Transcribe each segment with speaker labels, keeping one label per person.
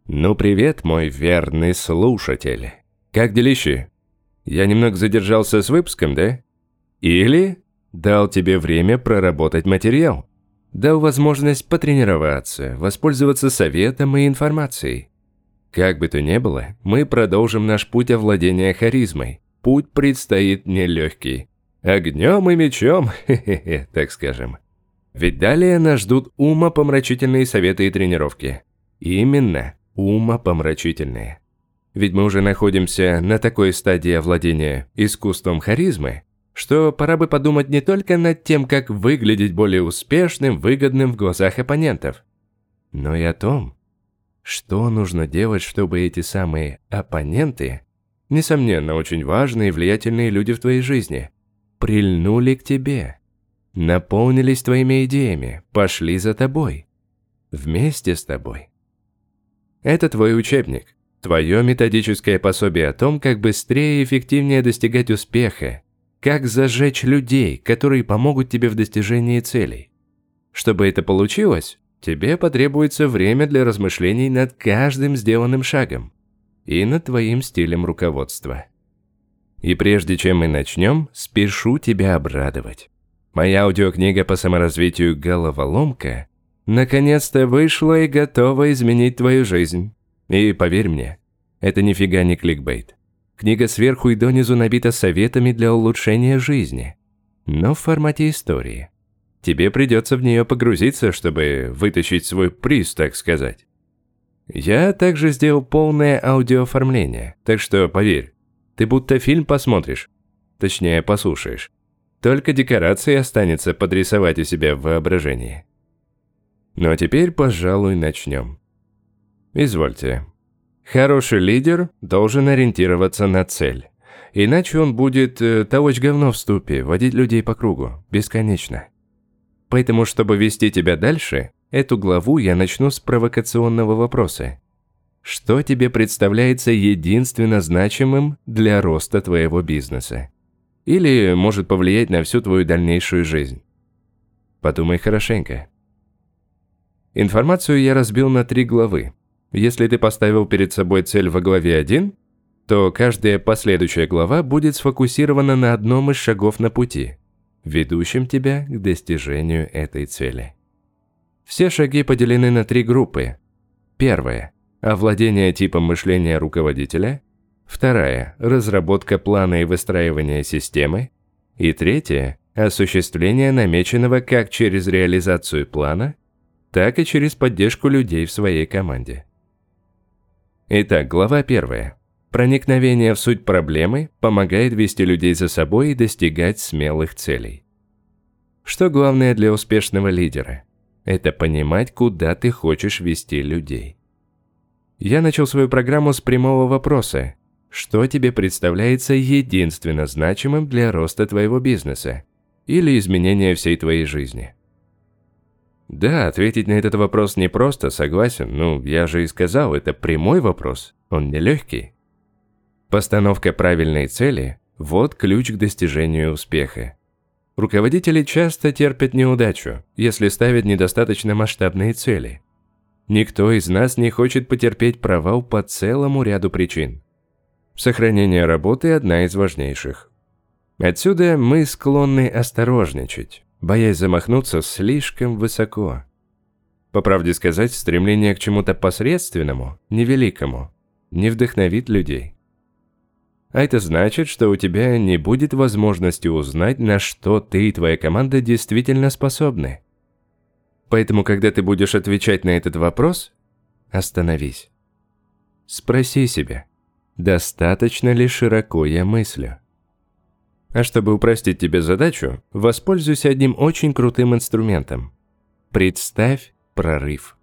Speaker 1: Ну привет, мой верный слушатель. Как делищи? Я немного задержался с выпуском, да? Или дал тебе время проработать материал? Дал возможность потренироваться, воспользоваться советом и информацией. Как бы то ни было, мы продолжим наш путь овладения харизмой. Путь предстоит нелегкий. Огнем и мечом, хе-хе-хе, так скажем. Ведь далее нас ждут умопомрачительные советы и тренировки. Именно умопомрачительные. Ведь мы уже находимся на такой стадии овладения искусством харизмы, что пора бы подумать не только над тем, как выглядеть более успешным, выгодным в глазах оппонентов, но и о том, что нужно делать, чтобы эти самые оппоненты, несомненно, очень важные и влиятельные люди в твоей жизни, прильнули к тебе, наполнились твоими идеями, пошли за тобой, вместе с тобой. Это твой учебник, твое методическое пособие о том, как быстрее и эффективнее достигать успеха, как зажечь людей, которые помогут тебе в достижении целей. Чтобы это получилось, тебе потребуется время для размышлений над каждым сделанным шагом и над твоим стилем руководства. И прежде чем мы начнем, спешу тебя обрадовать. Моя аудиокнига по саморазвитию «Головоломка» наконец-то вышла и готова изменить твою жизнь. И поверь мне, это нифига не кликбейт. Книга сверху и донизу набита советами для улучшения жизни, но в формате истории. Тебе придется в нее погрузиться, чтобы вытащить свой приз, так сказать. Я также сделал полное аудиооформление, так что поверь, ты будто фильм посмотришь, точнее послушаешь. Только декорации останется подрисовать у себя в воображении. Ну а теперь, пожалуй, начнем. Извольте. Хороший лидер должен ориентироваться на цель. Иначе он будет толочь говно в ступе, водить людей по кругу, бесконечно. Поэтому, чтобы вести тебя дальше, эту главу я начну с провокационного вопроса. Что тебе представляется единственно значимым для роста твоего бизнеса? Или может повлиять на всю твою дальнейшую жизнь? Подумай хорошенько. Информацию я разбил на 3 главы. Если ты поставил перед собой цель во главе 1, то каждая последующая глава будет сфокусирована на одном из шагов на пути, ведущем тебя к достижению этой цели. Все шаги поделены на 3 группы. Первая – овладение типом мышления руководителя. Вторая – разработка плана и выстраивание системы. И третья – осуществление намеченного как через реализацию плана, так и через поддержку людей в своей команде. Итак, глава 1. Проникновение в суть проблемы помогает вести людей за собой и достигать смелых целей. Что главное для успешного лидера? Это понимать, куда ты хочешь вести людей. Я начал свою программу с прямого вопроса. Что тебе представляется единственно значимым для роста твоего бизнеса или изменения всей твоей жизни? Да, ответить на этот вопрос непросто, согласен. Я же и сказал, это прямой вопрос, он нелегкий. Постановка правильной цели – вот ключ к достижению успеха. Руководители часто терпят неудачу, если ставят недостаточно масштабные цели. Никто из нас не хочет потерпеть провал по целому ряду причин. Сохранение работы – одна из важнейших. Отсюда мы склонны осторожничать, боясь замахнуться слишком высоко. По правде сказать, стремление к чему-то посредственному, невеликому, не вдохновит людей. А это значит, что у тебя не будет возможности узнать, на что ты и твоя команда действительно способны. Поэтому, когда ты будешь отвечать на этот вопрос, остановись. Спроси себя, достаточно ли широко я мыслю? А чтобы упростить тебе задачу, воспользуйся одним очень крутым инструментом. Представь прорыв.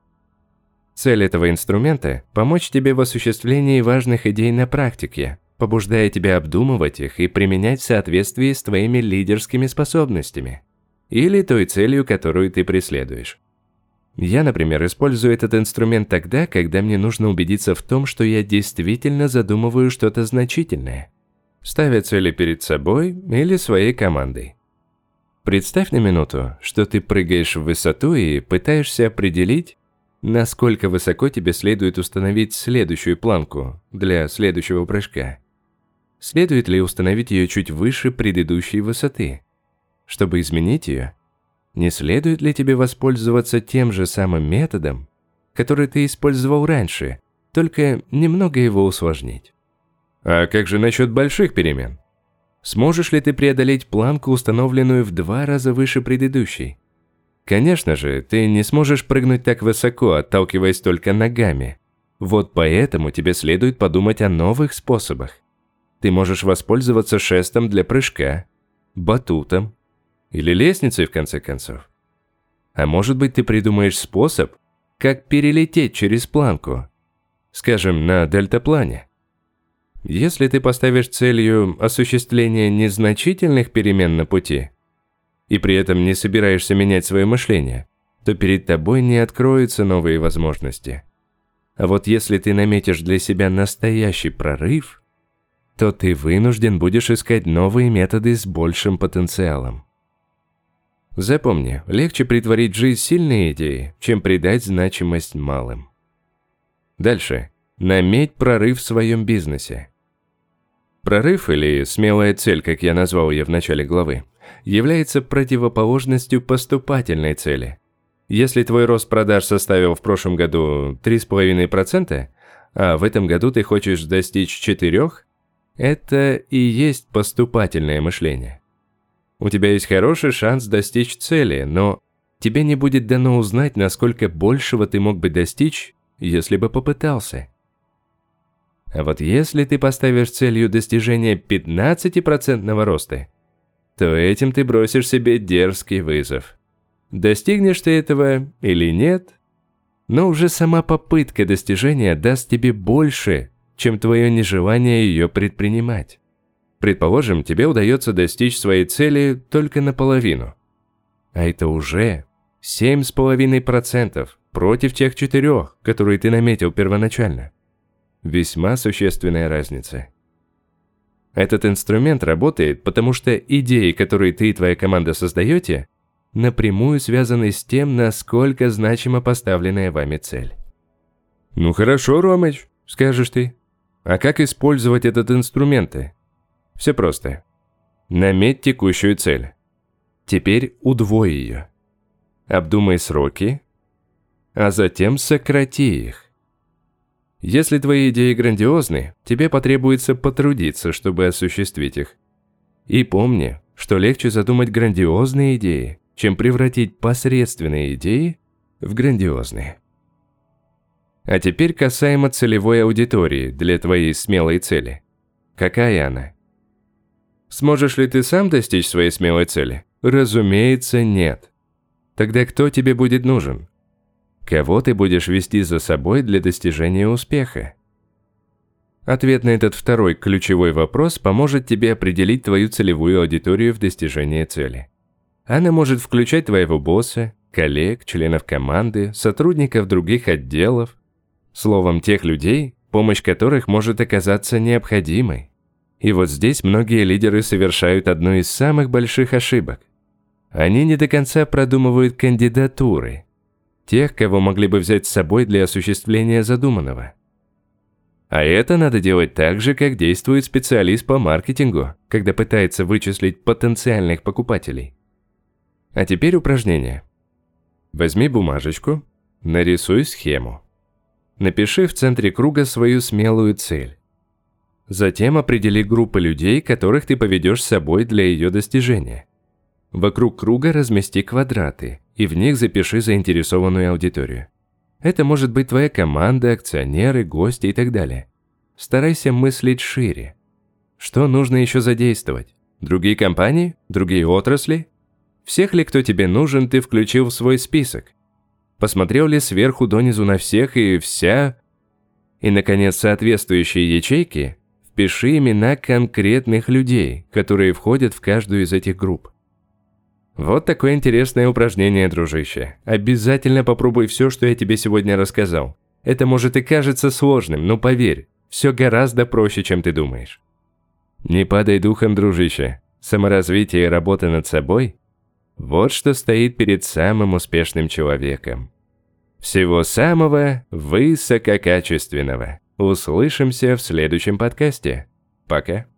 Speaker 1: Цель этого инструмента – помочь тебе в осуществлении важных идей на практике, побуждая тебя обдумывать их и применять в соответствии с твоими лидерскими способностями или той целью, которую ты преследуешь. Я, например, использую этот инструмент тогда, когда мне нужно убедиться в том, что я действительно задумываю что-то значительное, ставя цели перед собой или своей командой. Представь на минуту, что ты прыгаешь в высоту и пытаешься определить, насколько высоко тебе следует установить следующую планку для следующего прыжка. Следует ли установить ее чуть выше предыдущей высоты? Чтобы изменить ее, не следует ли тебе воспользоваться тем же самым методом, который ты использовал раньше, только немного его усложнить? А как же насчет больших перемен? Сможешь ли ты преодолеть планку, установленную в 2 раза выше предыдущей? Конечно же, ты не сможешь прыгнуть так высоко, отталкиваясь только ногами. Вот поэтому тебе следует подумать о новых способах. Ты можешь воспользоваться шестом для прыжка, батутом или лестницей, в конце концов. А может быть, ты придумаешь способ, как перелететь через планку, скажем, на дельтаплане. Если ты поставишь целью осуществление незначительных перемен на пути, и при этом не собираешься менять свое мышление, то перед тобой не откроются новые возможности. А вот если ты наметишь для себя настоящий прорыв, то ты вынужден будешь искать новые методы с большим потенциалом. Запомни, легче претворить в жизнь сильные идеи, чем придать значимость малым. Дальше. Наметь прорыв в своем бизнесе. Прорыв, или смелая цель, как я назвал ее в начале главы, является противоположностью поступательной цели. Если твой рост продаж составил в прошлом году 3,5%, а в этом году ты хочешь достичь 4%, это и есть поступательное мышление. У тебя есть хороший шанс достичь цели, но тебе не будет дано узнать, насколько большего ты мог бы достичь, если бы попытался. А вот если ты поставишь целью достижения 15% роста, то этим ты бросишь себе дерзкий вызов. Достигнешь ты этого или нет, но уже сама попытка достижения даст тебе больше, чем твое нежелание ее предпринимать. Предположим, тебе удается достичь своей цели только наполовину. А это уже 7,5% против тех 4%, которые ты наметил первоначально. Весьма существенная разница. Этот инструмент работает, потому что идеи, которые ты и твоя команда создаете, напрямую связаны с тем, насколько значима поставленная вами цель. «Ну хорошо, Ромыч», — скажешь ты. «А как использовать этот инструмент?» Все просто. Наметь текущую цель. Теперь удвой ее. Обдумай сроки, а затем сократи их. Если твои идеи грандиозны, тебе потребуется потрудиться, чтобы осуществить их. И помни, что легче задумать грандиозные идеи, чем превратить посредственные идеи в грандиозные. А теперь касаемо целевой аудитории для твоей смелой цели. Какая она? Сможешь ли ты сам достичь своей смелой цели? Разумеется, нет. Тогда кто тебе будет нужен? Кого ты будешь вести за собой для достижения успеха? Ответ на этот второй ключевой вопрос поможет тебе определить твою целевую аудиторию в достижении цели. Она может включать твоего босса, коллег, членов команды, сотрудников других отделов, словом, тех людей, помощь которых может оказаться необходимой. И вот здесь многие лидеры совершают одну из самых больших ошибок. Они не до конца продумывают кандидатуры, тех, кого могли бы взять с собой для осуществления задуманного. А это надо делать так же, как действует специалист по маркетингу, когда пытается вычислить потенциальных покупателей. А теперь упражнение. Возьми бумажечку, нарисуй схему. Напиши в центре круга свою смелую цель. Затем определи группы людей, которых ты поведешь с собой для ее достижения. Вокруг круга размести квадраты, и в них запиши заинтересованную аудиторию. Это может быть твоя команда, акционеры, гости и так далее. Старайся мыслить шире. Что нужно еще задействовать? Другие компании? Другие отрасли? Всех ли, кто тебе нужен, ты включил в свой список? Посмотрел ли сверху донизу на всех и вся? И, наконец, соответствующие ячейки впиши имена конкретных людей, которые входят в каждую из этих групп. Вот такое интересное упражнение, дружище. Обязательно попробуй все, что я тебе сегодня рассказал. Это может и кажется сложным, но поверь, все гораздо проще, чем ты думаешь. Не падай духом, дружище. Саморазвитие и работа над собой – вот что стоит перед самым успешным человеком. Всего самого высококачественного. Услышимся в следующем подкасте. Пока.